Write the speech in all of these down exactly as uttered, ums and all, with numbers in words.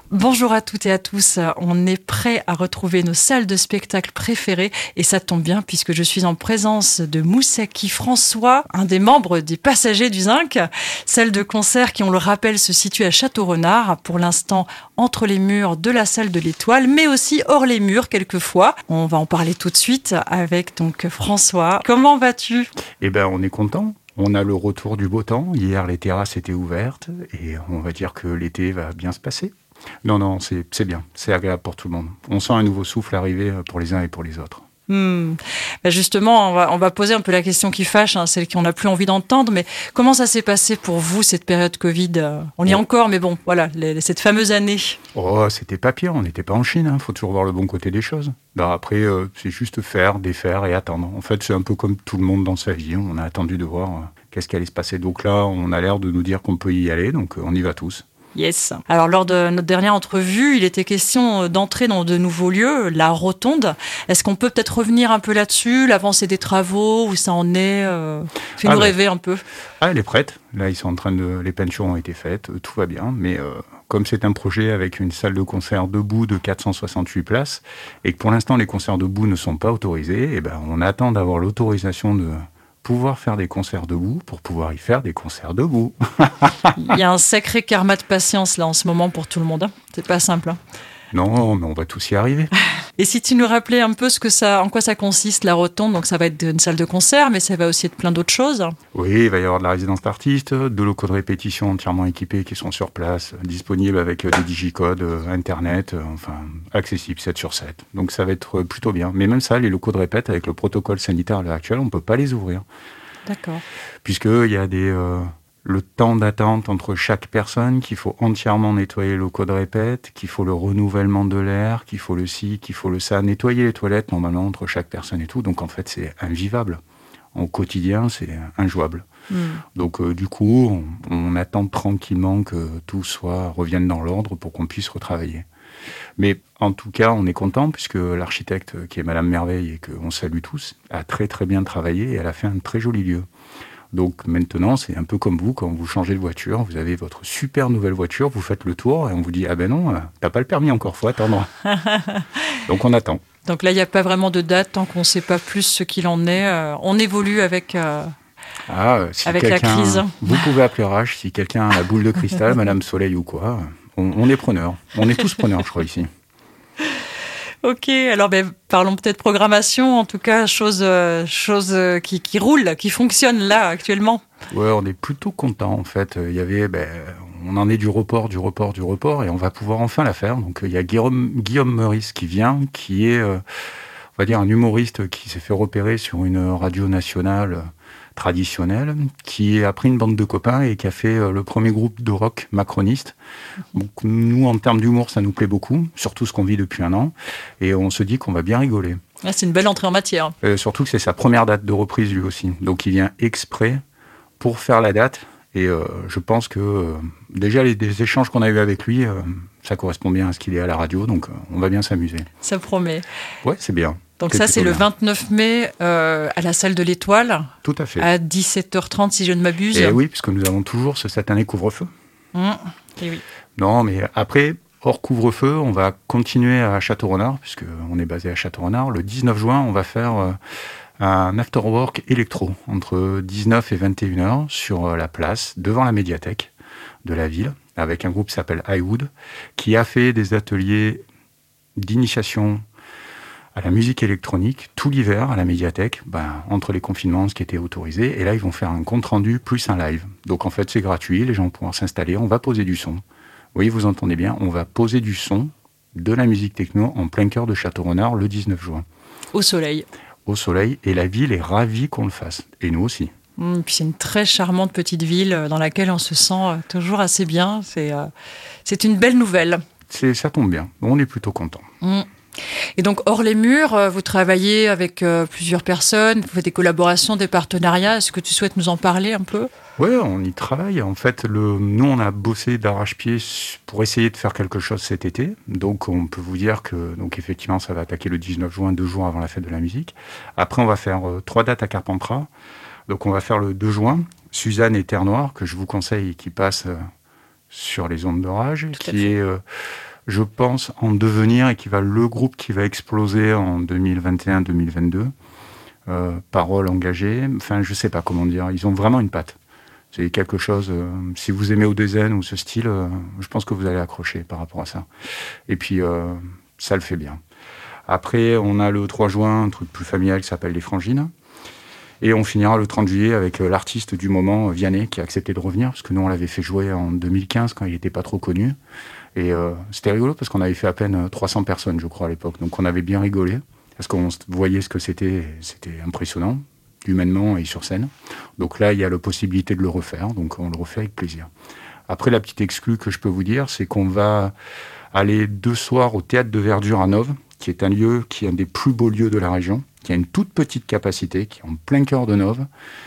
Bonjour à toutes et à tous, on est prêt à retrouver nos salles de spectacle préférées et ça tombe bien puisque je suis en présence de Moussaki François, un des membres des Passagers du Zinc, salle de concert qui, on le rappelle, se situe à Château-Renard, pour l'instant entre les murs de la salle de l'Étoile, mais aussi hors les murs quelquefois. On va en parler tout de suite avec donc François. Comment vas-tu ? Eh ben, on est content. On a le retour du beau temps. Hier, les terrasses étaient ouvertes et on va dire que l'été va bien se passer. Non, non, c'est, c'est bien. C'est agréable pour tout le monde. On sent un nouveau souffle arriver pour les uns et pour les autres. Hmm. Ben justement, on va, on va poser un peu la question qui fâche, hein, celle qu'on n'a plus envie d'entendre. Mais comment ça s'est passé pour vous, cette période Covid ? On y est oh. encore, mais bon, voilà, les, cette fameuse année. Oh, c'était pas pire. On n'était pas en Chine. Il hein. faut toujours voir le bon côté des choses. Ben après, euh, c'est juste faire, défaire et attendre. En fait, c'est un peu comme tout le monde dans sa vie. On a attendu de voir euh, qu'est-ce qui allait se passer. Donc là, on a l'air de nous dire qu'on peut y aller. Donc euh, on y va tous. Yes. Alors, lors de notre dernière entrevue, il était question d'entrer dans de nouveaux lieux, la Rotonde. Est-ce qu'on peut peut-être revenir un peu là-dessus, l'avancée des travaux, où ça en est euh, Fais-nous ah, rêver un peu. Ah, elle est prête. Là, ils sont en train de... Les peintures ont été faites, tout va bien. Mais euh, comme c'est un projet avec une salle de concert debout de quatre cent soixante-huit places, et que pour l'instant, les concerts debout ne sont pas autorisés, eh ben, on attend d'avoir l'autorisation de... pouvoir faire des concerts debout pour pouvoir y faire des concerts debout. Il y a un sacré karma de patience là en ce moment pour tout le monde. Hein. C'est pas simple. Hein. Non, mais on va tous y arriver. Et si tu nous rappelais un peu ce que ça, en quoi ça consiste la Rotonde, donc ça va être une salle de concert, mais ça va aussi être plein d'autres choses. Oui, il va y avoir de la résidence d'artistes, de locaux de répétition entièrement équipés qui sont sur place, disponibles avec des digicodes, Internet, enfin accessibles sept sur sept. Donc ça va être plutôt bien. Mais même ça, les locaux de répète, avec le protocole sanitaire à l'heure actuelle, on ne peut pas les ouvrir. D'accord. Puisqu'il y a des... Euh, le temps d'attente entre chaque personne, qu'il faut entièrement nettoyer les locaux de répète, qu'il faut le renouvellement de l'air, qu'il faut le ci, qu'il faut le ça, nettoyer les toilettes normalement entre chaque personne et tout. Donc en fait, c'est invivable. Au quotidien, c'est injouable. Mmh. Donc euh, du coup, on, on attend tranquillement que tout soit revienne dans l'ordre pour qu'on puisse retravailler. Mais en tout cas, on est content puisque l'architecte, qui est Madame Merveille et qu'on salue tous, a très très bien travaillé et elle a fait un très joli lieu. Donc maintenant, c'est un peu comme vous, quand vous changez de voiture, vous avez votre super nouvelle voiture, vous faites le tour et on vous dit « Ah ben non, t'as pas le permis encore, faut attendre. » Donc on attend. Donc là, il n'y a pas vraiment de date tant qu'on ne sait pas plus ce qu'il en est. Euh, on évolue avec, euh, ah, si avec la crise. Vous pouvez appeler Rach si quelqu'un a la boule de cristal, Madame Soleil ou quoi. On, on est preneurs. On est tous preneurs, je crois, ici. Ok, alors ben, parlons peut-être programmation, en tout cas, chose, euh, chose euh, qui, qui roule, qui fonctionne là actuellement. Ouais, on est plutôt content en fait. Il y avait, ben, on en est du report, du report, du report, et on va pouvoir enfin la faire. Donc il y a Guillaume, Guillaume Meurice qui vient, qui est, euh, on va dire, un humoriste qui s'est fait repérer sur une radio nationale traditionnelle, qui a pris une bande de copains et qui a fait euh, le premier groupe de rock macroniste. Donc, nous, en termes d'humour, ça nous plaît beaucoup, surtout ce qu'on vit depuis un an, et on se dit qu'on va bien rigoler. Ah, c'est une belle entrée en matière. Euh, surtout que c'est sa première date de reprise, lui aussi. Donc, il vient exprès pour faire la date, et euh, je pense que euh, déjà, les, les échanges qu'on a eus avec lui, euh, ça correspond bien à ce qu'il est à la radio, donc euh, on va bien s'amuser. Ça promet. Ouais, c'est bien. Donc ça, c'est le vingt-neuf mai euh, à la salle de l'Étoile. Tout à fait. À dix-sept heures trente, si je ne m'abuse. Et oui, puisque nous avons toujours ce satané couvre-feu. Mmh. Et oui. Non, mais après, hors couvre-feu, on va continuer à Château-Renard, puisqu'on est basé à Château-Renard. Le dix-neuf juin, on va faire euh, un after-work électro entre dix-neuf et vingt et une heures sur la place, devant la médiathèque de la ville, avec un groupe qui s'appelle Highwood, qui a fait des ateliers d'initiation à la musique électronique tout l'hiver à la médiathèque, ben, entre les confinements, ce qui était autorisé. Et là, ils vont faire un compte-rendu plus un live. Donc en fait, c'est gratuit, les gens vont pouvoir s'installer, on va poser du son. Oui, vous entendez bien, on va poser du son, de la musique techno en plein cœur de Château-Renard le dix-neuf juin. Au soleil. Au soleil, et la ville est ravie qu'on le fasse. Et nous aussi. Mmh, puis c'est une très charmante petite ville dans laquelle on se sent toujours assez bien. C'est, euh, c'est une belle nouvelle. C'est, ça tombe bien, on est plutôt content. Mmh. Et donc, hors les murs, vous travaillez avec euh, plusieurs personnes, vous faites des collaborations, des partenariats. Est-ce que tu souhaites nous en parler un peu ? Oui, on y travaille. En fait, le, nous, on a bossé d'arrache-pied pour essayer de faire quelque chose cet été. Donc, on peut vous dire que, donc, effectivement, ça va attaquer le dix-neuf juin, deux jours avant la fête de la musique. Après, on va faire euh, trois dates à Carpentras. Donc, on va faire le deux juin, Suzanne et Terre Noire, que je vous conseille, qui passe euh, sur les ondes d'orage, qui est... Euh, je pense, en devenir et qui va le groupe qui va exploser en deux mille vingt et un deux mille vingt-deux. Euh, paroles engagées, enfin, je sais pas comment dire. Ils ont vraiment une patte. C'est quelque chose, euh, si vous aimez Odezen ou ce style, euh, je pense que vous allez accrocher par rapport à ça. Et puis, euh, ça le fait bien. Après, on a le trois juin, un truc plus familial qui s'appelle Les Frangines. Et on finira le trente juillet avec euh, l'artiste du moment, Vianney, qui a accepté de revenir, parce que nous, on l'avait fait jouer en deux mille quinze, quand il n'était pas trop connu. Et euh, c'était rigolo, parce qu'on avait fait à peine trois cents personnes, je crois, à l'époque. Donc, on avait bien rigolé, parce qu'on voyait ce que c'était. C'était impressionnant, humainement et sur scène. Donc là, il y a la possibilité de le refaire, donc on le refait avec plaisir. Après, la petite exclue que je peux vous dire, c'est qu'on va aller deux soirs au Théâtre de Verdure à Nove, qui est un lieu qui est un des plus beaux lieux de la région, qui a une toute petite capacité, qui est en plein cœur de Nove.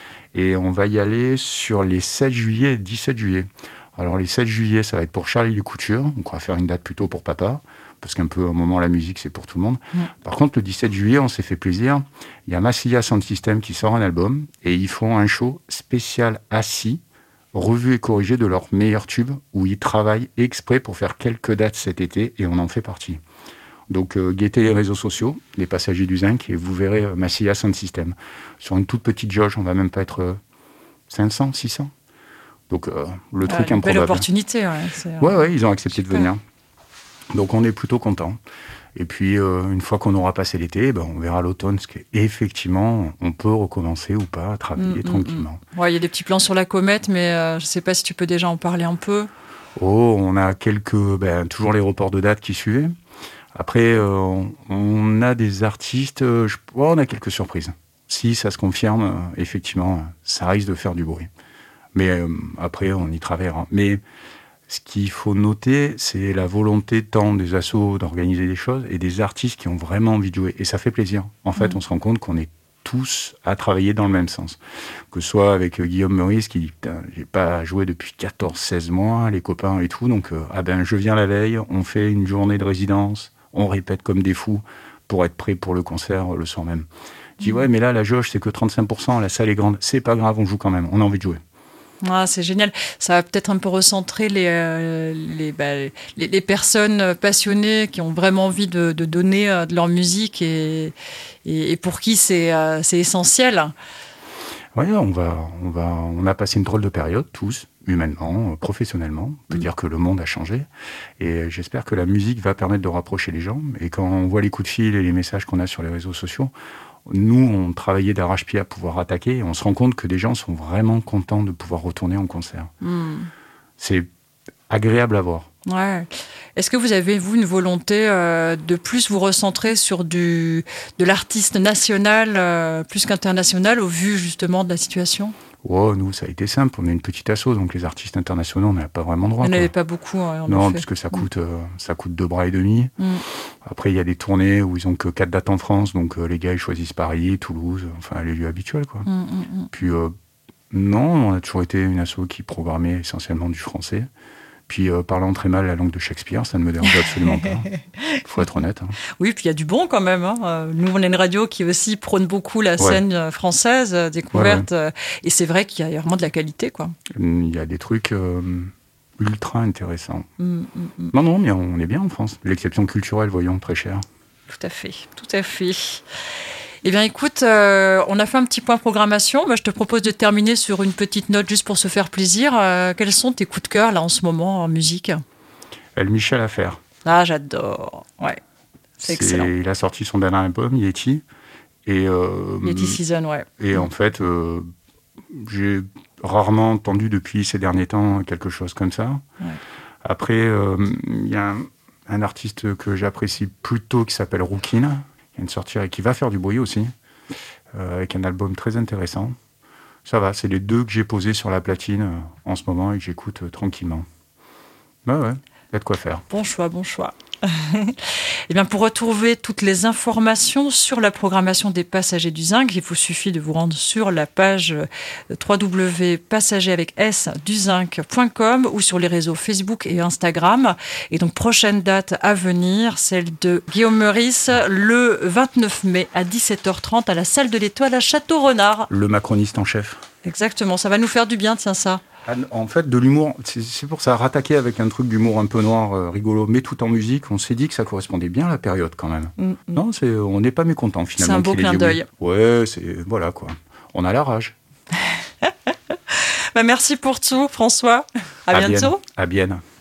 Et on va y aller sur les sept juillet et dix-sept juillet. Alors les sept juillet, ça va être pour Charlie Ducouture, donc on va faire une date plutôt pour papa, parce qu'un peu, à un moment, la musique, c'est pour tout le monde. Mmh. Par contre, le dix-sept juillet, on s'est fait plaisir. Il y a Massilia Sound System qui sort un album, et ils font un show spécial assis, revu et corrigé de leurs meilleurs tubes, où ils travaillent exprès pour faire quelques dates cet été, et on en fait partie. Donc, euh, guettez les réseaux sociaux, les passagers du Zinc, et vous verrez euh, Massilia Sound System. Sur une toute petite jauge, on va même pas être euh, cinq cents, six cents. Donc, euh, le truc une improbable. Belle opportunité. Ouais, c'est, ouais, ouais, ils ont accepté super. de venir. Donc, on est plutôt contents. Et puis, euh, une fois qu'on aura passé l'été, ben, on verra l'automne, ce qu'effectivement, on peut recommencer ou pas à travailler mmh, tranquillement. Mmh. Ouais, il y a des petits plans sur la comète, mais euh, je ne sais pas si tu peux déjà en parler un peu. Oh, on a quelques, ben, toujours les reports de dates qui suivaient. Après, euh, on, on a des artistes, euh, je, oh, on a quelques surprises. Si ça se confirme, euh, effectivement, ça risque de faire du bruit. Mais euh, après, on y travaillera. Mais ce qu'il faut noter, c'est la volonté tant des assos d'organiser des choses et des artistes qui ont vraiment envie de jouer. Et ça fait plaisir. En fait, mmh. on se rend compte qu'on est tous à travailler dans le même sens. Que ce soit avec euh, Guillaume Meurice qui dit « j'ai pas joué depuis quatorze seize mois, les copains et tout, donc euh, ah ben, je viens la veille, on fait une journée de résidence, on répète comme des fous pour être prêt pour le concert le soir même. » Je dis « ouais, mais là, la jauge, c'est que trente-cinq pour cent, la salle est grande. C'est pas grave, on joue quand même, on a envie de jouer. » Ah, c'est génial. Ça va peut-être un peu recentrer les, euh, les, bah, les, les personnes passionnées qui ont vraiment envie de, de donner euh, de leur musique et, et, et pour qui c'est, euh, c'est essentiel. Oui, on, va, on, va, on a passé une drôle de période, tous, humainement, professionnellement. On peut mmh. dire que le monde a changé. Et j'espère que la musique va permettre de rapprocher les gens. Et quand on voit les coups de fil et les messages qu'on a sur les réseaux sociaux, nous, on travaillait d'arrache-pied à pouvoir attaquer et on se rend compte que des gens sont vraiment contents de pouvoir retourner en concert. Mmh. C'est agréable à voir. Ouais. Est-ce que vous avez, vous, une volonté euh, de plus vous recentrer sur du, de l'artiste national euh, plus qu'international au vu justement de la situation ? Oh, nous, ça a été simple. On est une petite asso, donc les artistes internationaux, on n'a pas vraiment droit. Il n'y en avait pas beaucoup. Hein, non, effet. puisque ça coûte, mmh. euh, ça coûte deux bras et demi. Mmh. Après, il y a des tournées où ils n'ont que quatre dates en France, donc euh, les gars, ils choisissent Paris, Toulouse, enfin les lieux habituels, quoi. Mmh, mmh. Puis, euh, non, on a toujours été une asso qui programmait essentiellement du français. Puis, euh, parlant très mal la langue de Shakespeare, ça ne me dérange absolument pas. Il faut être honnête. Hein. Oui, puis il y a du bon quand même. Hein. Nous, on est une radio qui aussi prône beaucoup la scène ouais. française, découverte. Ouais, ouais. Et c'est vrai qu'il y a vraiment de la qualité, quoi. Il y a des trucs euh, ultra intéressants. Mmh, mmh, mmh. Non, non, mais on est bien en France. L'exception culturelle, voyons, très chère. Tout à fait, tout à fait. Eh bien, écoute, euh, on a fait un petit point programmation. Moi, je te propose de terminer sur une petite note juste pour se faire plaisir. Euh, quels sont tes coups de cœur, là, en ce moment, en musique ? El Michel Affaire. Ah, j'adore. Ouais, c'est, c'est excellent. Il a sorti son dernier album, Yeti. Et, euh, Yeti Season, ouais. Et mmh. en fait, euh, j'ai rarement entendu depuis ces derniers temps quelque chose comme ça. Ouais. Après, il euh, y a un, un artiste que j'apprécie plutôt qui s'appelle Rookin, qui vient de sortir et qui va faire du bruit aussi, euh, avec un album très intéressant. Ça va, c'est les deux que j'ai posés sur la platine euh, en ce moment et que j'écoute euh, tranquillement. Bah ouais, il y a de quoi faire. Bon choix, bon choix. Et bien, pour retrouver toutes les informations sur la programmation des Passagers du Zinc, il vous suffit de vous rendre sur la page w w w point passager avec s du zinc point com ou sur les réseaux Facebook et Instagram. Et donc, prochaine date à venir, celle de Guillaume Meurice, le vingt-neuf mai à dix-sept heures trente à la Salle de l'Étoile à Château-Renard. Le macroniste en chef. Exactement, ça va nous faire du bien, tiens ça. Ah, en fait, de l'humour, c'est, c'est pour ça, rattaquer avec un truc d'humour un peu noir, euh, rigolo, mais tout en musique, on s'est dit que ça correspondait bien à la période quand même. Mm, mm. Non, c'est, on n'est pas mécontent finalement. C'est un beau qu'il ait clin dit d'œil. Oui. Ouais, c'est, voilà quoi. On a la rage. Bah, merci pour tout, François. À, à bientôt. Bienne. À Bienne.